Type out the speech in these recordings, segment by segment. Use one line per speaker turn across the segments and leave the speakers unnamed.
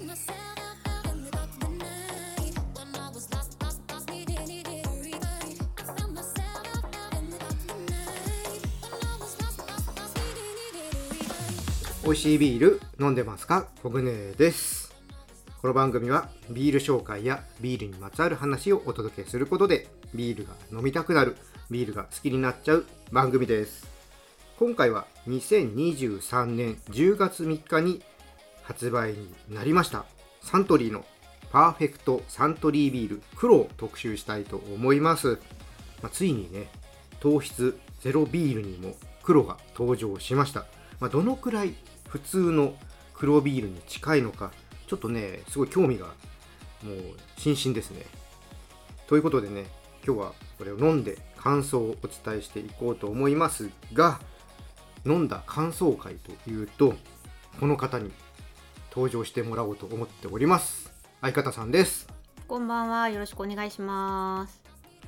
美味しいビール飲んでますか？コグネです。この番組はビール紹介やビールにまつわる話をお届けすることで、ビールが飲みたくなる、ビールが好きになっちゃう番組です。今回は2023年10月3日に発売になりましたサントリーのパーフェクトサントリービール黒を特集したいと思います。ついにね、糖質ゼロビールにも黒が登場しました。どのくらい普通の黒ビールに近いのか、ちょっとね、すごい興味がもう心身ですね。ということでね、今日はこれを飲んで感想をお伝えしていこうと思いますが、飲んだ感想会というと、この方に登場してもらおうと思っております。相方さんです。
こんばんは、よろしくお願いします。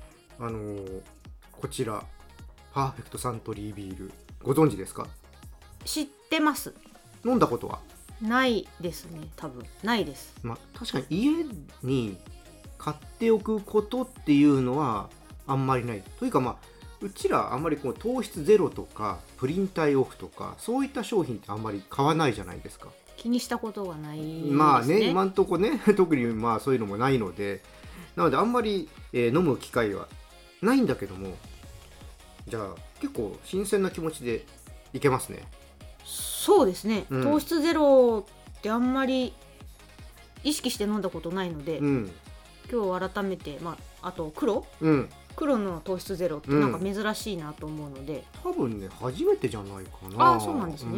こちらパーフェクトサントリービールご存知ですか？
知ってます。
飲んだことは
ないですね。多分ないです。
確かに家に買っておくことっていうのはあんまりないというか、うちらあんまりこう糖質ゼロとかプリン体オフとかそういった商品ってあんまり買わないじゃないですか。
気にしたことがないですね。
今んとこね特にそういうのもないので、なのであんまり、飲む機会はないんだけども、じゃあ結構新鮮な気持ちでいけますね。
そうですね、糖質ゼロってあんまり意識して飲んだことないので、今日改めて、あと黒の糖質ゼロってなんか珍しいなと思うので、
多分ね初めてじゃないかな。
そうなんですね。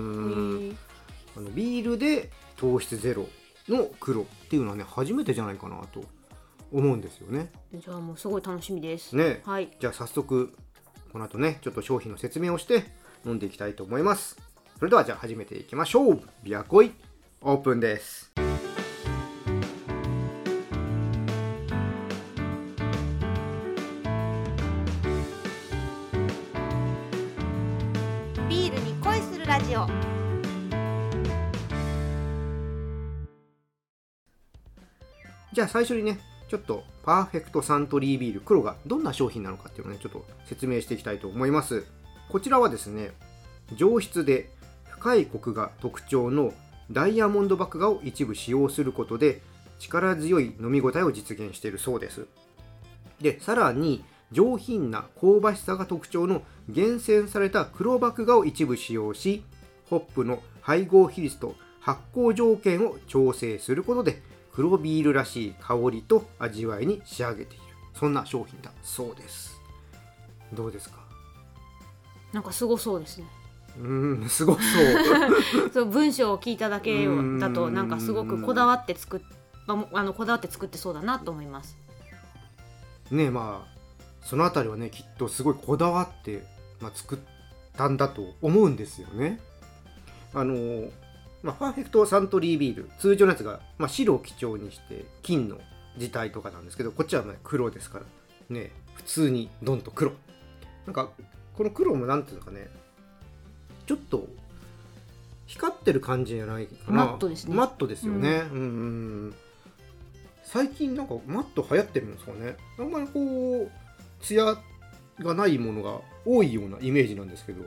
ビールで糖質ゼロの黒っていうのはね初めてじゃないかなと思うんですよね。
じゃあもうすごい楽しみです
ね。
はい、
じゃあ早速この後ねちょっと商品の説明をして飲んでいきたいと思います。それではじゃあ始めていきましょう。ビアコイオープンです。
ビールに恋するラジオ。
じゃあ最初にねちょっとパーフェクトサントリービール黒がどんな商品なのかっていうのをねちょっと説明していきたいと思います。こちらはですね、上質で深いコクが特徴のダイヤモンド麦芽を一部使用することで力強い飲み応えを実現しているそうです。で、さらに上品な香ばしさが特徴の厳選された黒麦芽を一部使用し、ホップの配合比率と発酵条件を調整することで黒ビールらしい香りと味わいに仕上げている、そんな商品だそうです。どうですか？
なんかすごそうですね。
すごそう
そう、文章を聞いただけだとなんかすごくこだわって作ってそうだなと思います
ね。そのあたりはねきっとすごいこだわって、作ったんだと思うんですよね。パーフェクトサントリービール通常のやつが、白を基調にして金の字体とかなんですけど、こっちは黒ですからね、普通にドンと黒。なんかこの黒もなんていうのかね、ちょっと光ってる感じじゃないかな。
マットですね。
マットですよね。最近なんかマット流行ってるんですかね。あんまりこうツヤがないものが多いようなイメージなんですけど。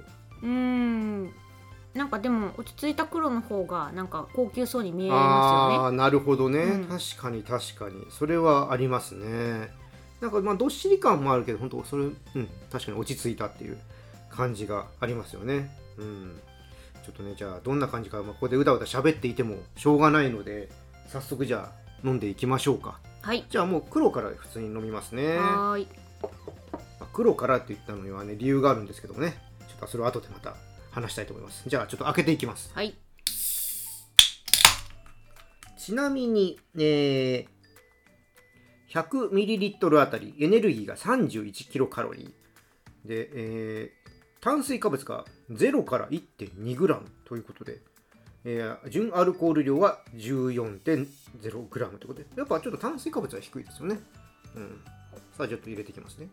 なんかでも落ち着いた黒の方がなんか高級そうに見えますよね。
なるほどね、確かにそれはありますね。なんかどっしり感もあるけど、本当それ、確かに落ち着いたっていう感じがありますよね。ちょっとね、じゃあどんな感じか、ここでうだうだ喋っていてもしょうがないので、早速じゃあ飲んでいきましょうか。
はい。
じゃあもう黒から普通に飲みますね。
はい。
黒からって言ったのにはね理由があるんですけどもね、ちょっとそれを後でまた話したいと思います。じゃあちょっと開けていきます。
はい。
ちなみに、100ml あたりエネルギーが 31kcal で、炭水化物が0から 1.2g ということで、純アルコール量は 14.0g ということで、やっぱちょっと炭水化物は低いですよね。さあちょっと入れていきますね。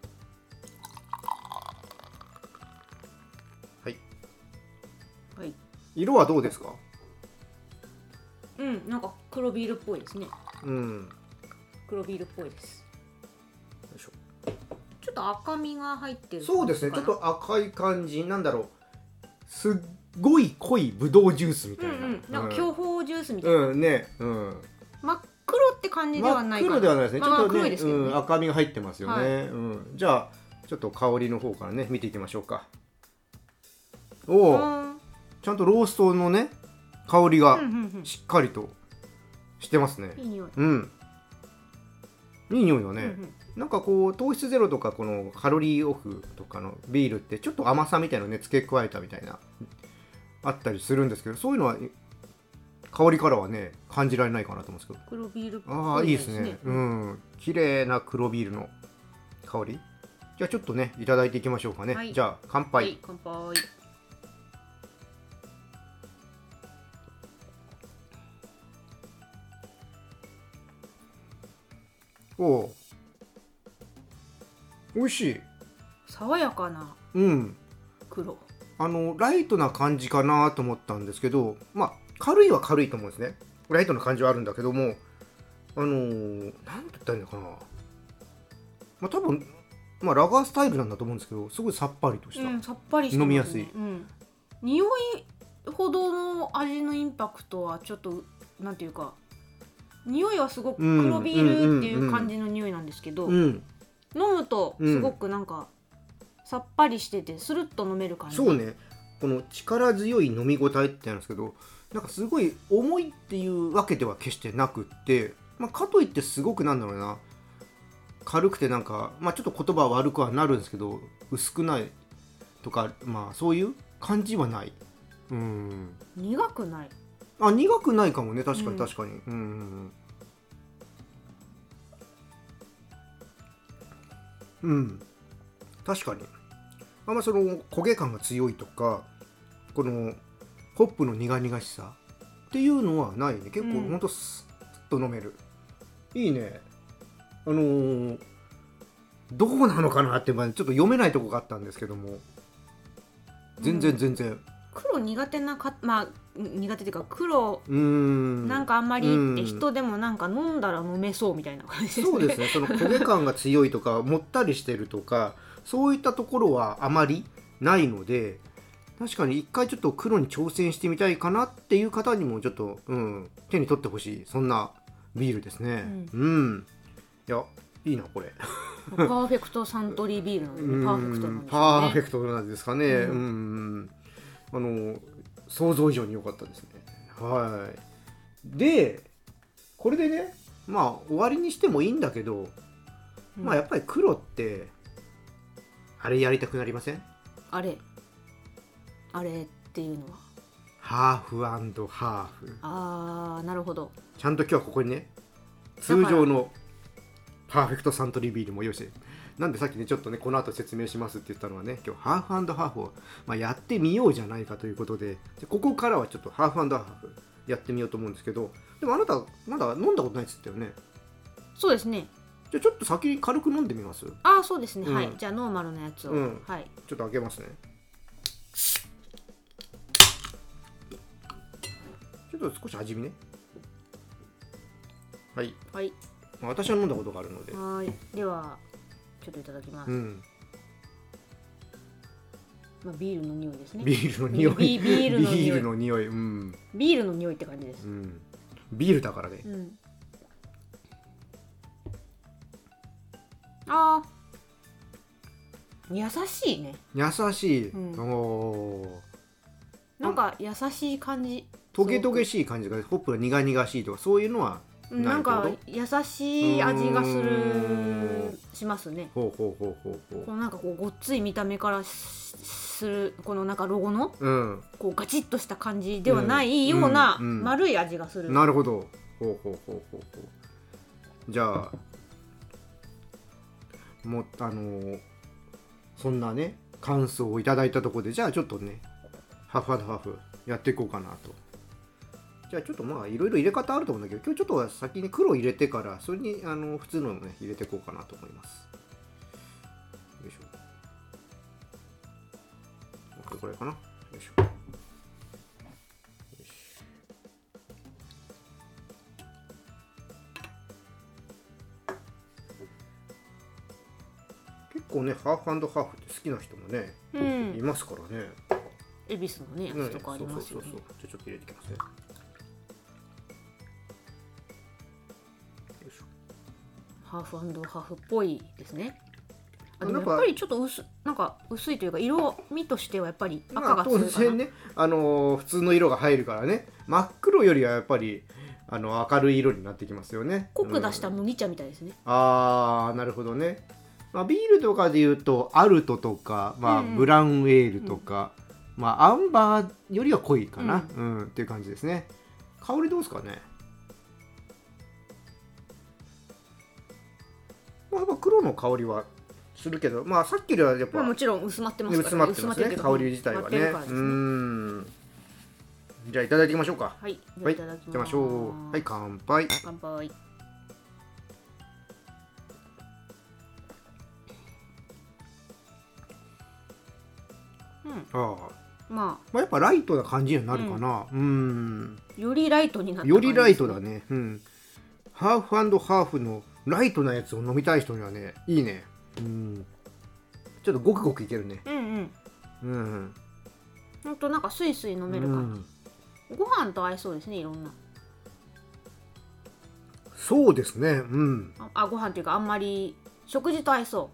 はい。色はどうですか？
なんか黒ビールっぽいですね。
うん、
黒ビールっぽいです。
よいしょ。
ちょっと赤みが入ってる。
そうですね、ちょっと赤い感じ、なんだろう、すっごい濃いブドウジュースみたいな、
なんか巨峰ジュースみたいな、真っ黒って感じではないかな。
真っ黒ではないですね、ちょっとね、
黒いですけどね、
赤みが入ってますよね、じゃあちょっと香りの方からね見ていきましょうか。おお、ちゃんとローストのね香りがしっかりとしてますね。
いい匂い。
いい匂いだね。なんかこう糖質ゼロとかこのカロリーオフとかのビールってちょっと甘さみたいなのね付け加えたみたいなあったりするんですけど、そういうのは香りからはね感じられないかなと思うんですけど。
黒ビールっぽいですね。
ああ、いいですね。綺麗な黒ビールの香り。じゃあちょっとねいただいていきましょうかね。じゃあ乾杯。
はい、乾杯。
おいしい。
爽やかな黒。
ライトな感じかなと思ったんですけど、まあ軽いは軽いと思うんですね。ライトな感じはあるんだけども、なんて言ったらいいのかな。まあ多分ラガースタイルなんだと思うんですけど、すごいさっぱりとした、
さっぱりして
飲みやすい。
匂いほどの味のインパクトはちょっとなんていうか、匂いはすごく黒ビールっていう感じの匂いなんですけど、飲むとすごくなんかさっぱりしててスルッと飲める感じ。
そうね、この力強い飲み応えってあるんですけど、なんかすごい重いっていうわけでは決してなくって、かといってすごくなんだろうな、軽くてなんか、ちょっと言葉は悪くはなるんですけど薄くないとか、そういう感じはない。
苦くない。
苦くないかもね。確かに確かに。確かに。その焦げ感が強いとか、このホップの苦々しさっていうのはないね。結構ほんとスッと飲める。いいね。どうなのかなって、ちょっと読めないとこがあったんですけども、全然
黒苦手な苦手っていうか黒なんかあんまりって人でもなんか飲んだら飲めそうみたいな感じですね。
そうですね。その焦げ感が強いとかもったりしてるとかそういったところはあまりないので、確かに一回ちょっと黒に挑戦してみたいかなっていう方にもちょっと、手に取ってほしい、そんなビールですね。いや、いいなこれ。
パーフェクトサントリービールなので、パーフェクトなんですね。
パーフェクトなんですかね。想像以上に良かったですね。はい。で、これでね、終わりにしてもいいんだけど、やっぱり黒ってあれやりたくなりません？
あれっていうのは
ハーフ&ハーフ。
なるほど。
ちゃんと今日はここにね、通常のパーフェクトサントリービールも用意して、なんでさっきねちょっとねこの後説明しますって言ったのはね、今日ハーフ&ハーフを、やってみようじゃないかということで、ここからはちょっとハーフ&ハーフやってみようと思うんですけど、でもあなたまだ飲んだことないっつったよね。
そうですね。
じゃあちょっと先に軽く飲んでみます？
そうですね、はい。じゃあノーマルのやつを、はい、
ちょっと開けますね。ちょっと少し味見ね。はい、私は飲んだことがあるので。
ではちょっといただきます。ビールの匂いですね。
ビールの匂い。ビールの匂い。
ビールの匂いって感じです。
ビールだからね。
優しいね。
優しい。
なんか優しい感じ。
トゲトゲしい感じが、ホップが苦々しいとかそういうのは
なんか優しい味がしますね。
こ
のなんかこうごっつい見た目からするこのなんかロゴのこうガチッとした感じではないような丸い味がする。
なるほど。じゃあもうそんなね感想をいただいたところで、じゃあちょっとねハーフ&ハーフやっていこうかなと。じゃあちょっといろいろ入れ方あると思うんだけど、今日ちょっとは先に黒入れてからそれに普通のね入れていこうかなと思います。よいしょ。これかな。よいしょ。よし。 構ねハーフ&ハーフって好きな人もね、いますからね。
恵比寿のねやつとかありますよね。
じゃあちょっと入れてきますね。よいしょ。
ハーフ&ハーフっぽいですね。でもやっぱりちょっとなんか薄いというか色味としてはやっぱり赤が強いかな。
当然ね、普通の色が入るからね、真っ黒よりはやっぱり明るい色になってきますよね。
濃く出した麦茶みたいですね。
ああ、なるほどね。ビールとかでいうとアルトとか、ブラウンエールとか、アンバーよりは濃いかな、っていう感じですね。香りどうですかね。やっぱ黒の香りはするけど、さっきよりはやっぱ、
もちろん薄まってますから
ね。薄まってますね、香り自体はね。じゃあいただいていきましょうか。
はい、いただき
ましょう。はい、乾杯。
乾杯。
やっぱライトな感じになるかな。
よりライトになった
よりライトだね。ハーフ&ハーフのライトなやつを飲みたい人にはね、いいね。ちょっとごくごくいけるね。
ほんとなんかスイスイ飲めるから、ご飯と合いそうですね、いろんな。
そうですね。
ご飯っていうかあんまり食事と合いそう。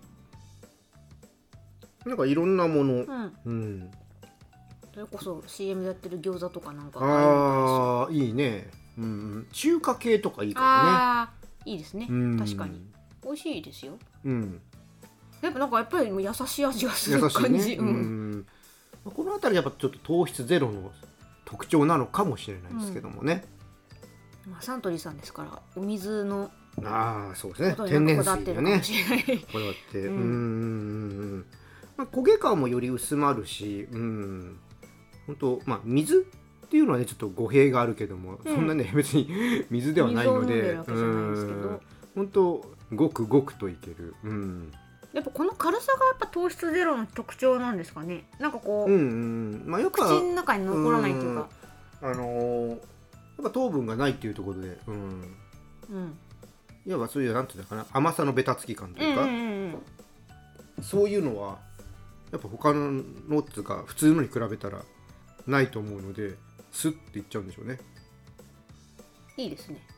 なんかいろんなもの。
それこそ CM やってる餃子とかなんか
いいね。中華系とかいいか
もね。いいですね。確かに美味しいですよ。やっぱり優しい味がする感じ。こ
の辺りやっぱちょっと糖質ゼロの特徴なのかもしれないですけどもね。
サントリーさんですからお水の
そうですね、天然水だね。こだわって焦げ感もより薄まるし、本当水っていうのはねちょっと語弊があるけども、そんなね別に水ではないので、本当ごくごくといける。
やっぱこの軽さがやっぱ糖質ゼロの特徴なんですかね。なんかこう、
やっぱ
口の中に残らないというか、
やっぱ糖分がないっていうところで、いわばそういうなんていうのかな、甘さのベタつき感というか、そういうのはやっぱ他のノッツが普通のに比べたらないと思うので、スッていっちゃうんでしょうね。
いいですね。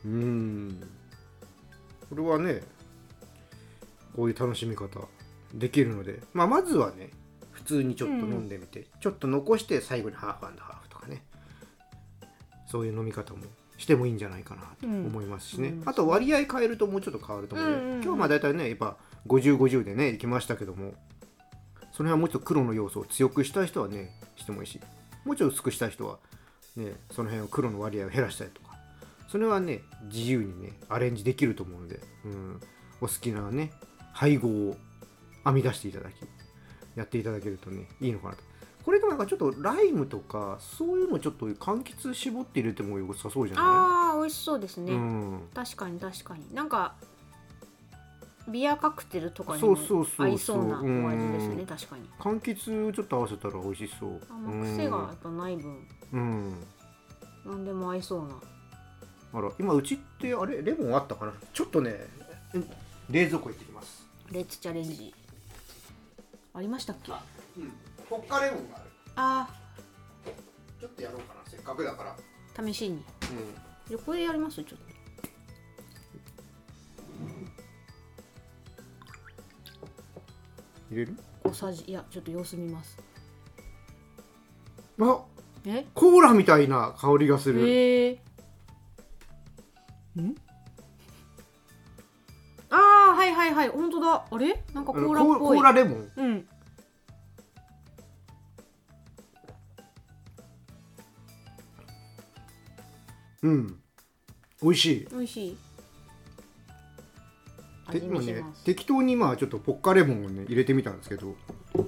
これはねこういう楽しみ方できるので、まずはね普通にちょっと飲んでみて、ちょっと残して最後にハーフ&ハーフとかね、そういう飲み方もしてもいいんじゃないかなと思いますしね。あと割合変えるともうちょっと変わると思うので、今日はだいたいねやっぱ50、50でねいきましたけども、その辺はもうちょっと黒の要素を強くしたい人はねしてもいいし、もうちょっと薄くしたい人はねその辺を黒の割合を減らしたりとか、それはね自由にねアレンジできると思うので、お好きなね配合を編み出していただきやっていただけるとねいいのかなと。これでもなんかちょっとライムとかそういうのちょっと柑橘絞って入れても良さそうじゃない？
美味しそうですね。確かになんかビアカクテルとかにも合いそうなお味ですね。確かに
柑橘ちょっと合わせたら美味しそう。
癖がやっぱない分、何でも合いそうな。
今うちってあれレモンあったかな。ちょっとね冷蔵庫行ってきます。
レッツチャレンジありましたっけ？
ポッカレモンがある。ちょっとやろうかな、せっかくだから
試しに。これやります。ちょっと
入れる？
小さじ、いやちょっと様子見ます。
コーラみたいな香りがする。
はい、本当だ。あれなんかコーラっぽい。
コーラレモン。美味しい。今ね適当にちょっとポッカレモンをね入れてみたんですけど、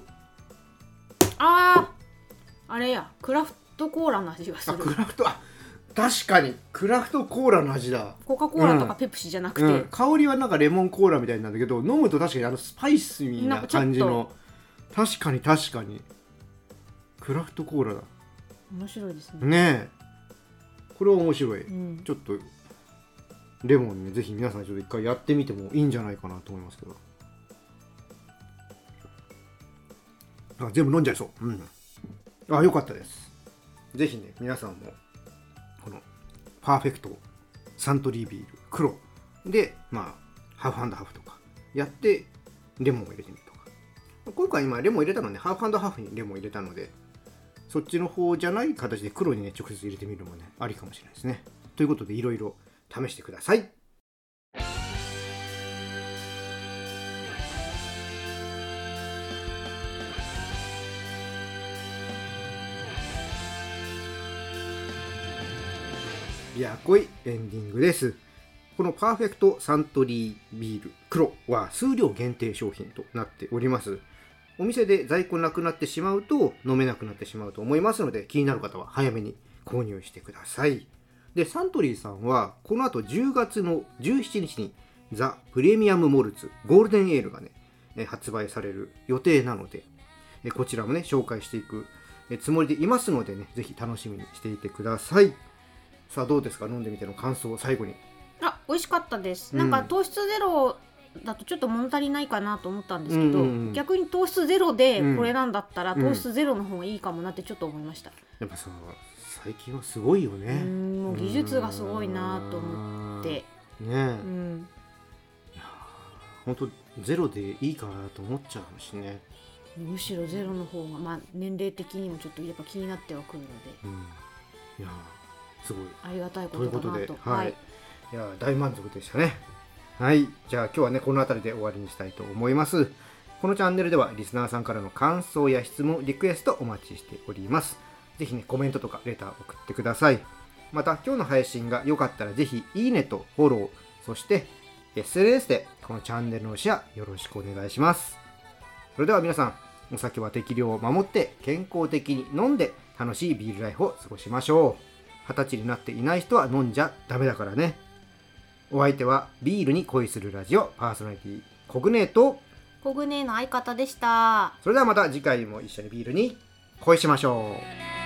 あれやクラフトコーラの味がする。
確かにクラフトコーラの味だ。
コカ・コーラとかペプシじゃなくて、
香りはなんかレモンコーラみたいなんだけど、飲むと確かにスパイスミーな感じの。確かにクラフトコーラだ。
面白いです
ね。これは面白い。ちょっとレモンねぜひ皆さんちょっと一回やってみてもいいんじゃないかなと思いますけど。 全部飲んじゃいそう。よかったです。ぜひね皆さんもこのパーフェクトサントリービール黒でハーフ&ハーフとかやってレモンを入れてみるとか。今回今レモン入れたのね、ハーフ&ハーフにレモン入れたので、そっちの方じゃない形で黒にね直接入れてみるのもねありかもしれないですね。ということでいろいろ試してください。濃いエンディングです。このパーフェクトサントリービール黒は数量限定商品となっております。お店で在庫なくなってしまうと飲めなくなってしまうと思いますので、気になる方は早めに購入してください。でサントリーさんはこの後10月の17日にザ・プレミアムモルツゴールデンエールがね発売される予定なので、こちらもね紹介していくつもりでいますのでね、ぜひ楽しみにしていてください。さあどうですか、飲んでみての感想を最後に。
美味しかったです。なんか糖質ゼロだとちょっと物足りないかなと思ったんですけど、逆に糖質ゼロでこれなんだったら糖質ゼロの方がいいかもなってちょっと思いました。
やっぱさ最近はすごいよね。
もう技術がすごいなと思って
ね。いや本当ゼロでいいかなと思っちゃうしね。
むしろゼロの方が、年齢的にもちょっとやっぱ気になってはくるので、
いやすごい
ありがたいことだなと。
ということで、いや大満足でしたね。はい、じゃあ今日はねこの辺りで終わりにしたいと思います。このチャンネルではリスナーさんからの感想や質問、リクエストお待ちしております。ぜひねコメントとかレター送ってください。また今日の配信が良かったらぜひいいねとフォロー、そして SNS でこのチャンネルのシェアよろしくお願いします。それでは皆さん、お酒は適量を守って健康的に飲んで楽しいビールライフを過ごしましょう。20歳になっていない人は飲んじゃダメだからね。お相手はビールに恋するラジオパーソナリティコグネと
コグネの相方でした。
それではまた次回も一緒にビールに恋しましょう。